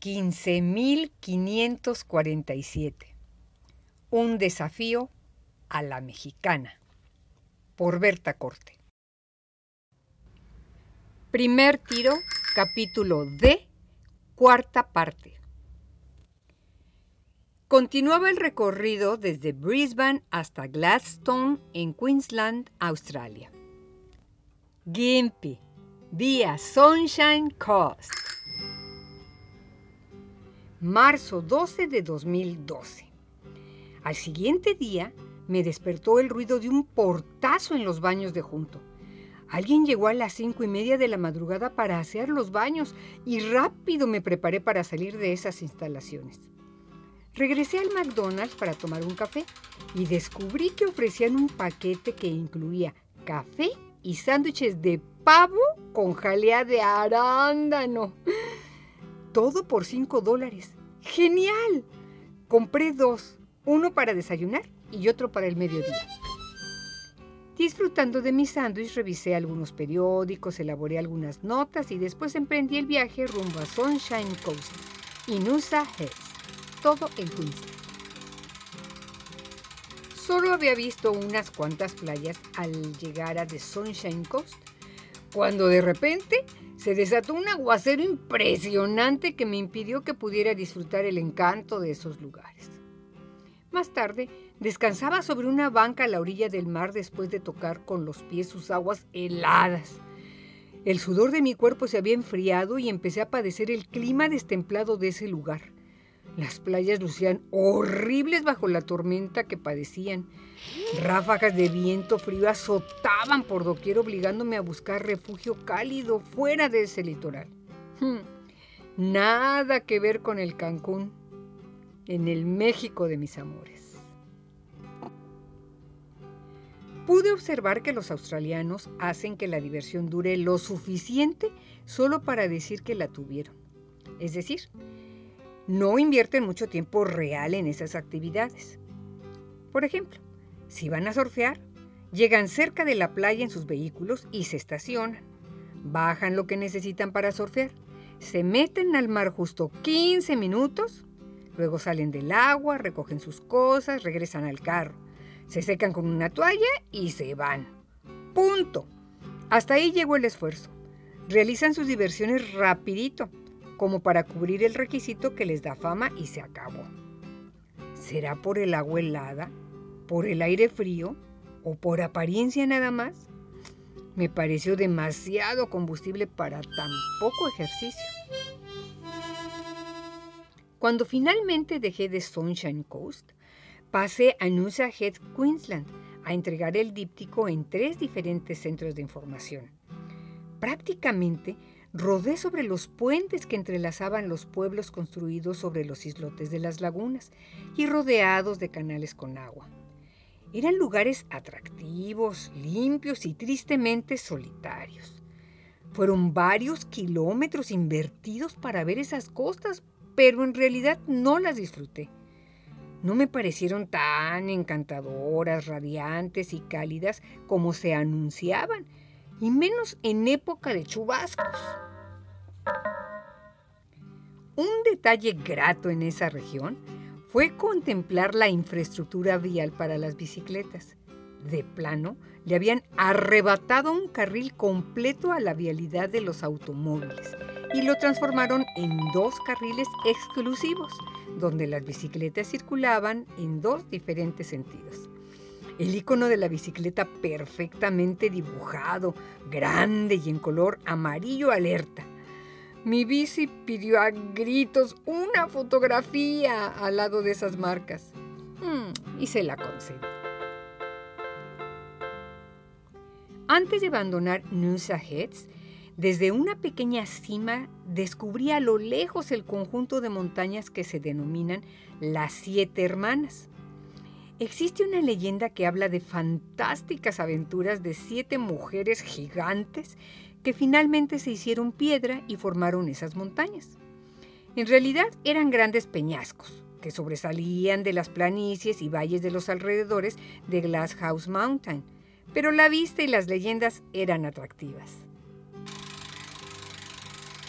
15.547. Un desafío a la mexicana. Por Berta Corte. Primer tiro, capítulo D, cuarta parte. Continuaba el recorrido desde Brisbane hasta Gladstone, en Queensland, Australia. Gympie, vía Sunshine Coast. Marzo 12 de 2012. Al siguiente día me despertó el ruido de un portazo en los baños de junto. Alguien llegó a las 5:30 de la madrugada para asear los baños y rápido me preparé para salir de esas instalaciones. Regresé al McDonald's para tomar un café y descubrí que ofrecían un paquete que incluía café y sándwiches de pavo con jalea de arándano. Todo por $5. ¡Genial! Compré 2, uno para desayunar y otro para el mediodía. Disfrutando de mi sándwich, revisé algunos periódicos, elaboré algunas notas y después emprendí el viaje rumbo a Sunshine Coast y Noosa Heads, todo en Queensland. Solo había visto unas cuantas playas al llegar a The Sunshine Coast, cuando de repente se desató un aguacero impresionante que me impidió que pudiera disfrutar el encanto de esos lugares. Más tarde, descansaba sobre una banca a la orilla del mar después de tocar con los pies sus aguas heladas. El sudor de mi cuerpo se había enfriado y empecé a padecer el clima destemplado de ese lugar. Las playas lucían horribles bajo la tormenta que padecían. Ráfagas de viento frío azotaban por doquier, obligándome a buscar refugio cálido fuera de ese litoral. Nada que ver con el Cancún, en el México de mis amores. Pude observar que los australianos hacen que la diversión dure lo suficiente solo para decir que la tuvieron. Es decir, no invierten mucho tiempo real en esas actividades. Por ejemplo, si van a surfear, llegan cerca de la playa en sus vehículos y se estacionan. Bajan lo que necesitan para surfear, se meten al mar justo 15 minutos, luego salen del agua, recogen sus cosas, regresan al carro, se secan con una toalla y se van. ¡Punto! Hasta ahí llegó el esfuerzo. Realizan sus diversiones rapidito, como para cubrir el requisito que les da fama y se acabó. ¿Será por el agua helada, por el aire frío o por apariencia nada más? Me pareció demasiado combustible para tan poco ejercicio. Cuando finalmente dejé de Sunshine Coast, pasé a Noosa Heads, Queensland, a entregar el díptico en 3 diferentes centros de información. Prácticamente rodé sobre los puentes que entrelazaban los pueblos construidos sobre los islotes de las lagunas y rodeados de canales con agua. Eran lugares atractivos, limpios y tristemente solitarios. Fueron varios kilómetros invertidos para ver esas costas, pero en realidad no las disfruté. No me parecieron tan encantadoras, radiantes y cálidas como se anunciaban, y menos en época de chubascos. Un detalle grato en esa región fue contemplar la infraestructura vial para las bicicletas. De plano, le habían arrebatado un carril completo a la vialidad de los automóviles y lo transformaron en 2 carriles exclusivos, donde las bicicletas circulaban en 2 diferentes sentidos. El icono de la bicicleta perfectamente dibujado, grande y en color amarillo alerta. Mi bici pidió a gritos una fotografía al lado de esas marcas. Y se la concedí. Antes de abandonar Noosa Heads, desde una pequeña cima descubrí a lo lejos el conjunto de montañas que se denominan las 7 Hermanas. Existe una leyenda que habla de fantásticas aventuras de 7 mujeres gigantes que finalmente se hicieron piedra y formaron esas montañas. En realidad eran grandes peñascos que sobresalían de las planicies y valles de los alrededores de Glasshouse Mountain, pero la vista y las leyendas eran atractivas.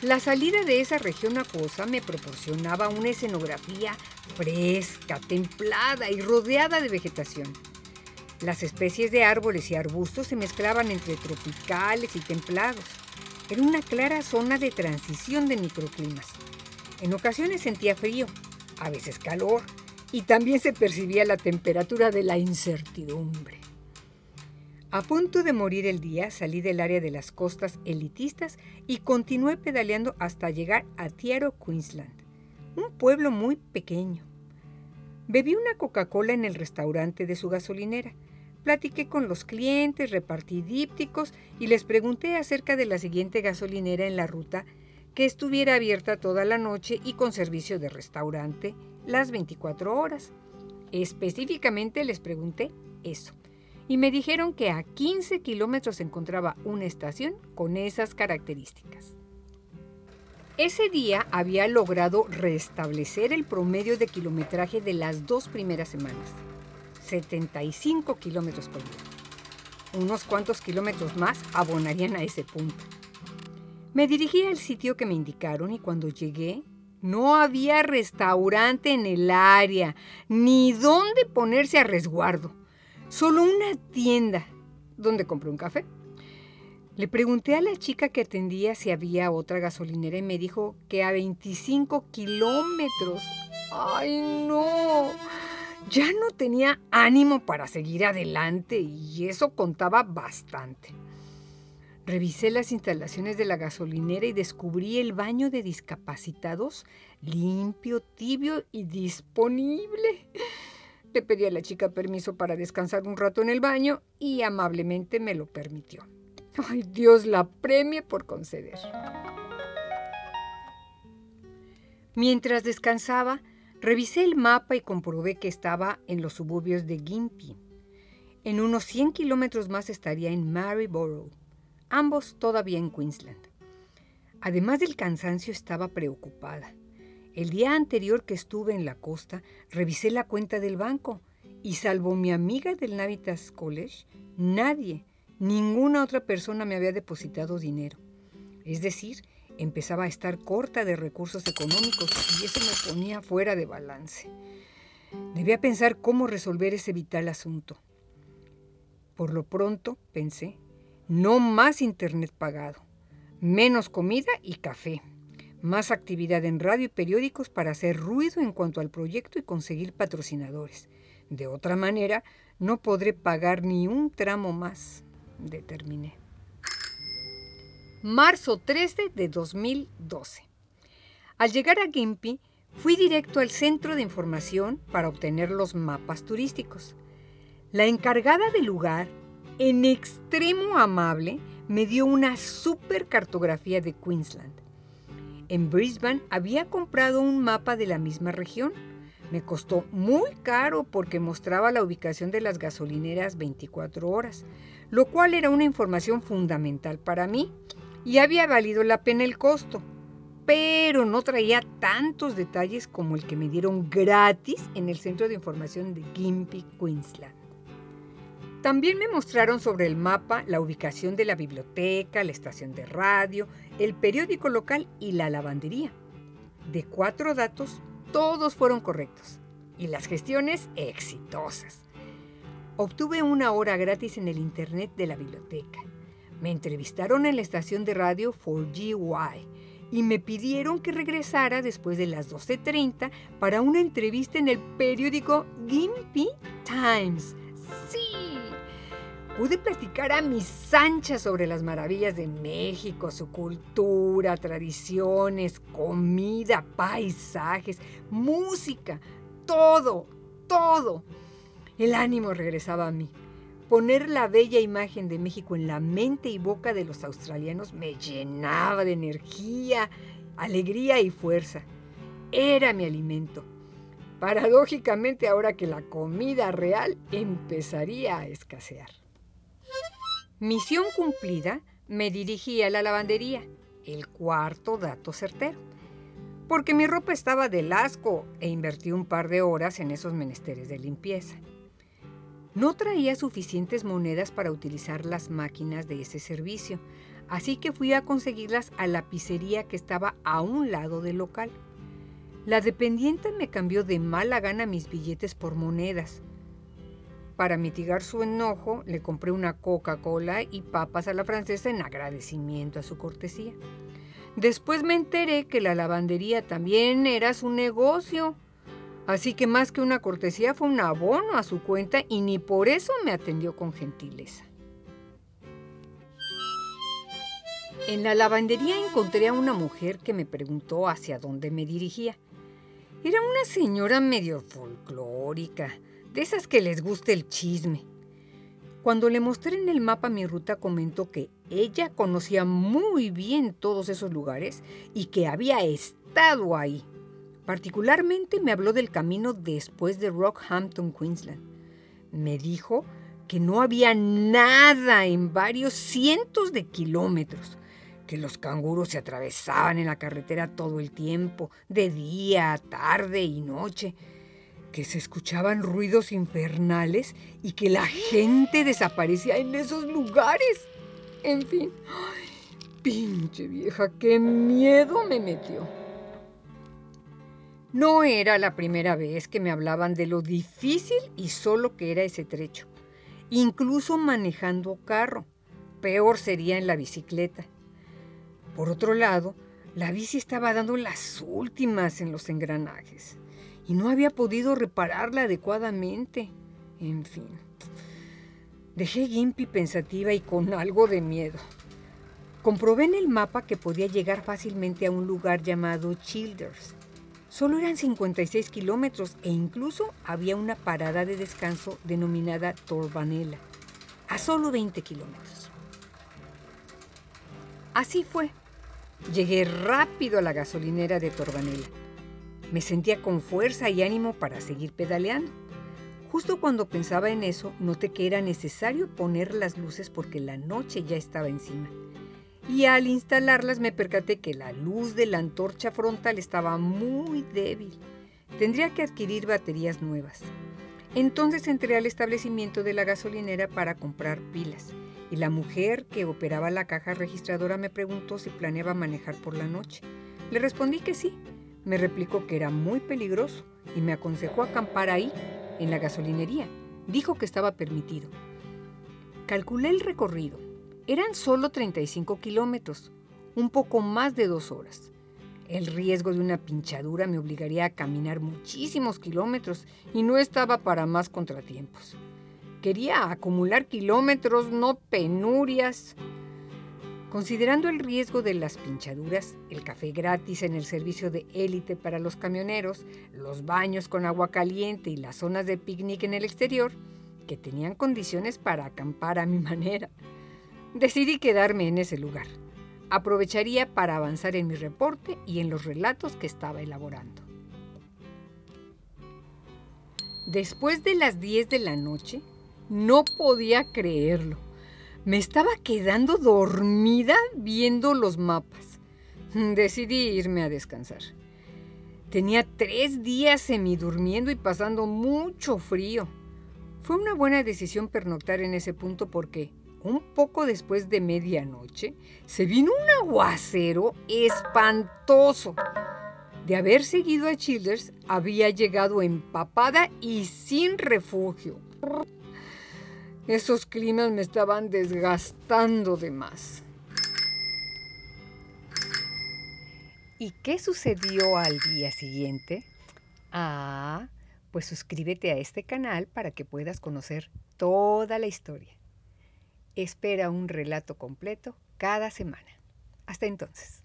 La salida de esa región acuosa me proporcionaba una escenografía fresca, templada y rodeada de vegetación. Las especies de árboles y arbustos se mezclaban entre tropicales y templados. Era una clara zona de transición de microclimas. En ocasiones sentía frío, a veces calor, y también se percibía la temperatura de la incertidumbre. A punto de morir el día, salí del área de las costas elitistas y continué pedaleando hasta llegar a Tiaro, Queensland, un pueblo muy pequeño. Bebí una Coca-Cola en el restaurante de su gasolinera. Platiqué con los clientes, repartí dípticos y les pregunté acerca de la siguiente gasolinera en la ruta que estuviera abierta toda la noche y con servicio de restaurante las 24 horas. Específicamente les pregunté eso. Y me dijeron que a 15 kilómetros se encontraba una estación con esas características. Ese día había logrado restablecer el promedio de kilometraje de las 2 primeras semanas, 75 kilómetros por día. Unos cuantos kilómetros más abonarían a ese punto. Me dirigí al sitio que me indicaron y cuando llegué, no había restaurante en el área, ni dónde ponerse a resguardo. Solo una tienda donde compré un café. Le pregunté a la chica que atendía si había otra gasolinera y me dijo que a 25 kilómetros. ¡Ay, no! Ya no tenía ánimo para seguir adelante y eso contaba bastante. Revisé las instalaciones de la gasolinera y descubrí el baño de discapacitados limpio, tibio y disponible. Le pedí a la chica permiso para descansar un rato en el baño y amablemente me lo permitió. ¡Ay, Dios la premie por conceder! Mientras descansaba, revisé el mapa y comprobé que estaba en los suburbios de Gympie. En unos 100 kilómetros más estaría en Maryborough, ambos todavía en Queensland. Además del cansancio, estaba preocupada. El día anterior que estuve en la costa, revisé la cuenta del banco y salvo mi amiga del Navitas College, ninguna otra persona me había depositado dinero. Es decir, empezaba a estar corta de recursos económicos y eso me ponía fuera de balance. Debía pensar cómo resolver ese vital asunto. Por lo pronto, pensé, no más internet pagado, menos comida y café. Más actividad en radio y periódicos para hacer ruido en cuanto al proyecto y conseguir patrocinadores. De otra manera, no podré pagar ni un tramo más, determiné. Marzo 13 de 2012. Al llegar a Gympie, fui directo al centro de información para obtener los mapas turísticos. La encargada del lugar, en extremo amable, me dio una súper cartografía de Queensland. En Brisbane había comprado un mapa de la misma región. Me costó muy caro porque mostraba la ubicación de las gasolineras 24 horas, lo cual era una información fundamental para mí y había valido la pena el costo, pero no traía tantos detalles como el que me dieron gratis en el centro de información de Gympie, Queensland. También me mostraron sobre el mapa la ubicación de la biblioteca, la estación de radio, el periódico local y la lavandería. De 4 datos, todos fueron correctos y las gestiones exitosas. Obtuve 1 hora gratis en el internet de la biblioteca. Me entrevistaron en la estación de radio 4GY y me pidieron que regresara después de las 12:30 para una entrevista en el periódico Gympie Times. ¡Sí! Pude platicar a mis anchas sobre las maravillas de México, su cultura, tradiciones, comida, paisajes, música, todo. El ánimo regresaba a mí. Poner la bella imagen de México en la mente y boca de los australianos me llenaba de energía, alegría y fuerza. Era mi alimento. Paradójicamente, ahora que la comida real empezaría a escasear. Misión cumplida, me dirigí a la lavandería, el 4º dato certero, porque mi ropa estaba del asco e invertí un par de horas en esos menesteres de limpieza. No traía suficientes monedas para utilizar las máquinas de ese servicio, así que fui a conseguirlas a la pizzería que estaba a un lado del local. La dependiente me cambió de mala gana mis billetes por monedas. Para mitigar su enojo, le compré una Coca-Cola y papas a la francesa en agradecimiento a su cortesía. Después me enteré que la lavandería también era su negocio, así que más que una cortesía fue un abono a su cuenta y ni por eso me atendió con gentileza. En la lavandería encontré a una mujer que me preguntó hacia dónde me dirigía. Era una señora medio folclórica, de esas que les gusta el chisme. Cuando le mostré en el mapa mi ruta, comentó que ella conocía muy bien todos esos lugares y que había estado ahí. Particularmente me habló del camino después de Rockhampton, Queensland. Me dijo que no había nada en varios cientos de kilómetros, que los canguros se atravesaban en la carretera todo el tiempo, de día, tarde y noche, que se escuchaban ruidos infernales y que la gente desaparecía en esos lugares. En fin, ¡ay, pinche vieja, qué miedo me metió! No era la primera vez que me hablaban de lo difícil y solo que era ese trecho, incluso manejando carro. Peor sería en la bicicleta. Por otro lado, la bici estaba dando las últimas en los engranajes y no había podido repararla adecuadamente. En fin, dejé Gimpy pensativa y con algo de miedo. Comprobé en el mapa que podía llegar fácilmente a un lugar llamado Childers. Solo eran 56 kilómetros e incluso había una parada de descanso denominada Torbanella, a solo 20 kilómetros. Así fue. Llegué rápido a la gasolinera de Torbanella. Me sentía con fuerza y ánimo para seguir pedaleando. Justo cuando pensaba en eso, noté que era necesario poner las luces porque la noche ya estaba encima. Y al instalarlas me percaté que la luz de la antorcha frontal estaba muy débil. Tendría que adquirir baterías nuevas. Entonces entré al establecimiento de la gasolinera para comprar pilas. Y la mujer que operaba la caja registradora me preguntó si planeaba manejar por la noche. Le respondí que sí. Me replicó que era muy peligroso y me aconsejó acampar ahí, en la gasolinería. Dijo que estaba permitido. Calculé el recorrido. Eran solo 35 kilómetros, un poco más de 2 horas. El riesgo de una pinchadura me obligaría a caminar muchísimos kilómetros y no estaba para más contratiempos. Quería acumular kilómetros, no penurias. Considerando el riesgo de las pinchaduras, el café gratis en el servicio de élite para los camioneros, los baños con agua caliente y las zonas de picnic en el exterior, que tenían condiciones para acampar a mi manera, decidí quedarme en ese lugar. Aprovecharía para avanzar en mi reporte y en los relatos que estaba elaborando. Después de las 10 de la noche, no podía creerlo. Me estaba quedando dormida viendo los mapas. Decidí irme a descansar. Tenía 3 días semidurmiendo y pasando mucho frío. Fue una buena decisión pernoctar en ese punto porque un poco después de medianoche se vino un aguacero espantoso. De haber seguido a Childers, había llegado empapada y sin refugio. Esos climas me estaban desgastando de más. ¿Y qué sucedió al día siguiente? Pues suscríbete a este canal para que puedas conocer toda la historia. Espera un relato completo cada semana. Hasta entonces.